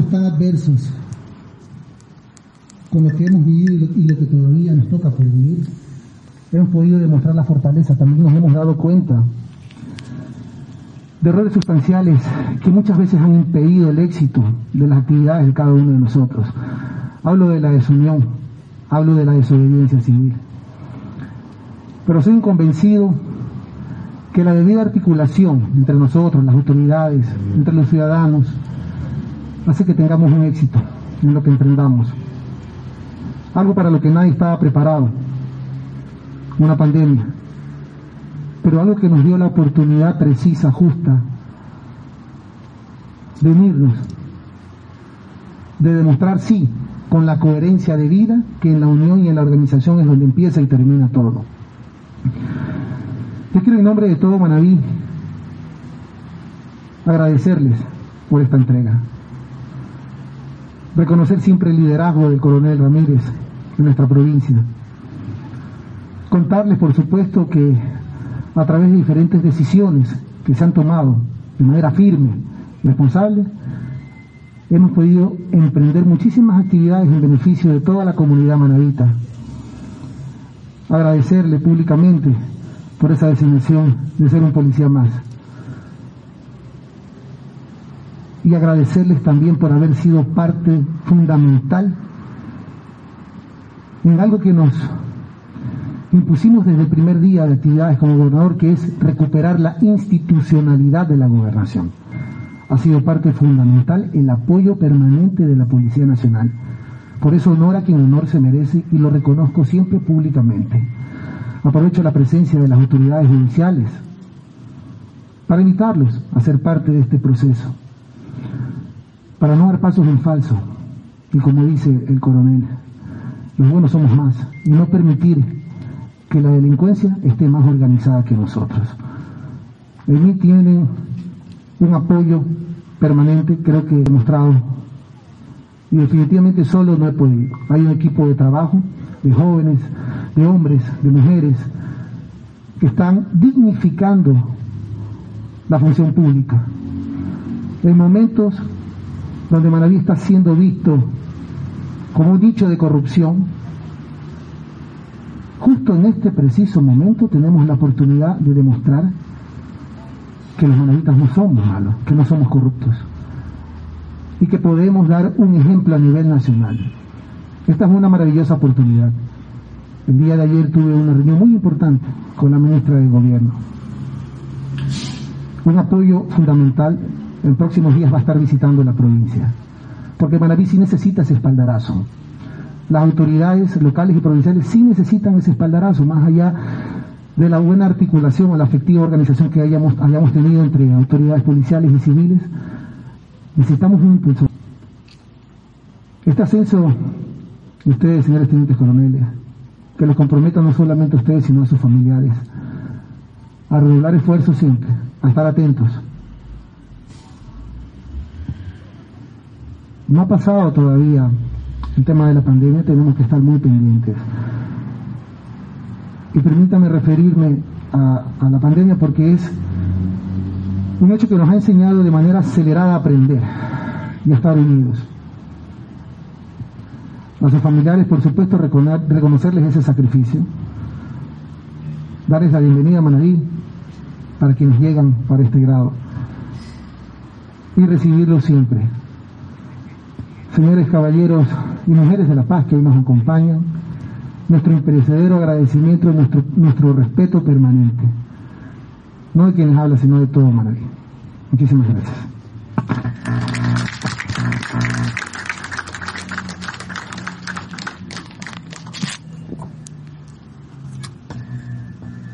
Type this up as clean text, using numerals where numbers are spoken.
tan adversos con lo que hemos vivido y lo que todavía nos toca por vivir, hemos podido demostrar la fortaleza. También nos hemos dado cuenta de errores sustanciales que muchas veces han impedido el éxito de las actividades de cada uno de nosotros. Hablo de la desunión, hablo de la desobediencia civil. Pero soy un convencido que la debida articulación entre nosotros, las autoridades, entre los ciudadanos, hace que tengamos un éxito en lo que emprendamos. Algo para lo que nadie estaba preparado, una pandemia, pero algo que nos dio la oportunidad precisa, justa, de unirnos, de demostrar, sí, con la coherencia de vida, que en la unión y en la organización es donde empieza y termina todo. Yo quiero, en nombre de todo Manabí, agradecerles por esta entrega. Reconocer siempre el liderazgo del coronel Ramírez en nuestra provincia. Contarles, por supuesto, que a través de diferentes decisiones que se han tomado de manera firme y responsable, hemos podido emprender muchísimas actividades en beneficio de toda la comunidad manabita. Agradecerle públicamente por esa designación de ser un policía más. Y agradecerles también por haber sido parte fundamental en algo que nos impusimos desde el primer día de actividades como gobernador, que es recuperar la institucionalidad de la gobernación. Ha sido parte fundamental el apoyo permanente de la Policía Nacional. Por eso honor a quien honor se merece, y lo reconozco siempre públicamente. Aprovecho la presencia de las autoridades judiciales para invitarlos a ser parte de este proceso, para no dar pasos en falso, y como dice el coronel, los buenos somos más, y no permitir que la delincuencia esté más organizada que nosotros. En mí tienen un apoyo permanente, creo que he demostrado, y definitivamente solo no he podido. Hay un equipo de trabajo, de jóvenes, de hombres, de mujeres, que están dignificando la función pública. En momentos donde Manabí está siendo visto como un nicho de corrupción, justo en este preciso momento tenemos la oportunidad de demostrar que los manabitas no somos malos, que no somos corruptos, y que podemos dar un ejemplo a nivel nacional. Esta es una maravillosa oportunidad. El día de ayer tuve una reunión muy importante con la ministra de Gobierno. Un apoyo fundamental. En próximos días va a estar visitando la provincia, porque Manabí sí necesita ese espaldarazo. Las autoridades locales y provinciales sí necesitan ese espaldarazo, más allá de la buena articulación o la efectiva organización que hayamos tenido entre autoridades policiales y civiles. Necesitamos un impulso. Este ascenso de ustedes, señores tenientes coroneles, que los comprometa no solamente a ustedes, sino a sus familiares, a redoblar esfuerzos siempre, a estar atentos. No ha pasado todavía el tema de la pandemia, tenemos que estar muy pendientes. Y permítame referirme a la pandemia porque es un hecho que nos ha enseñado de manera acelerada a aprender y a estar unidos. A sus familiares, por supuesto, reconocerles ese sacrificio, darles la bienvenida a Manabí para quienes llegan para este grado y recibirlos siempre. Señores caballeros y mujeres de la paz que hoy nos acompañan, nuestro imperecedero agradecimiento y nuestro respeto permanente, no de quienes hablan, sino de todo Manabí. Muchísimas gracias.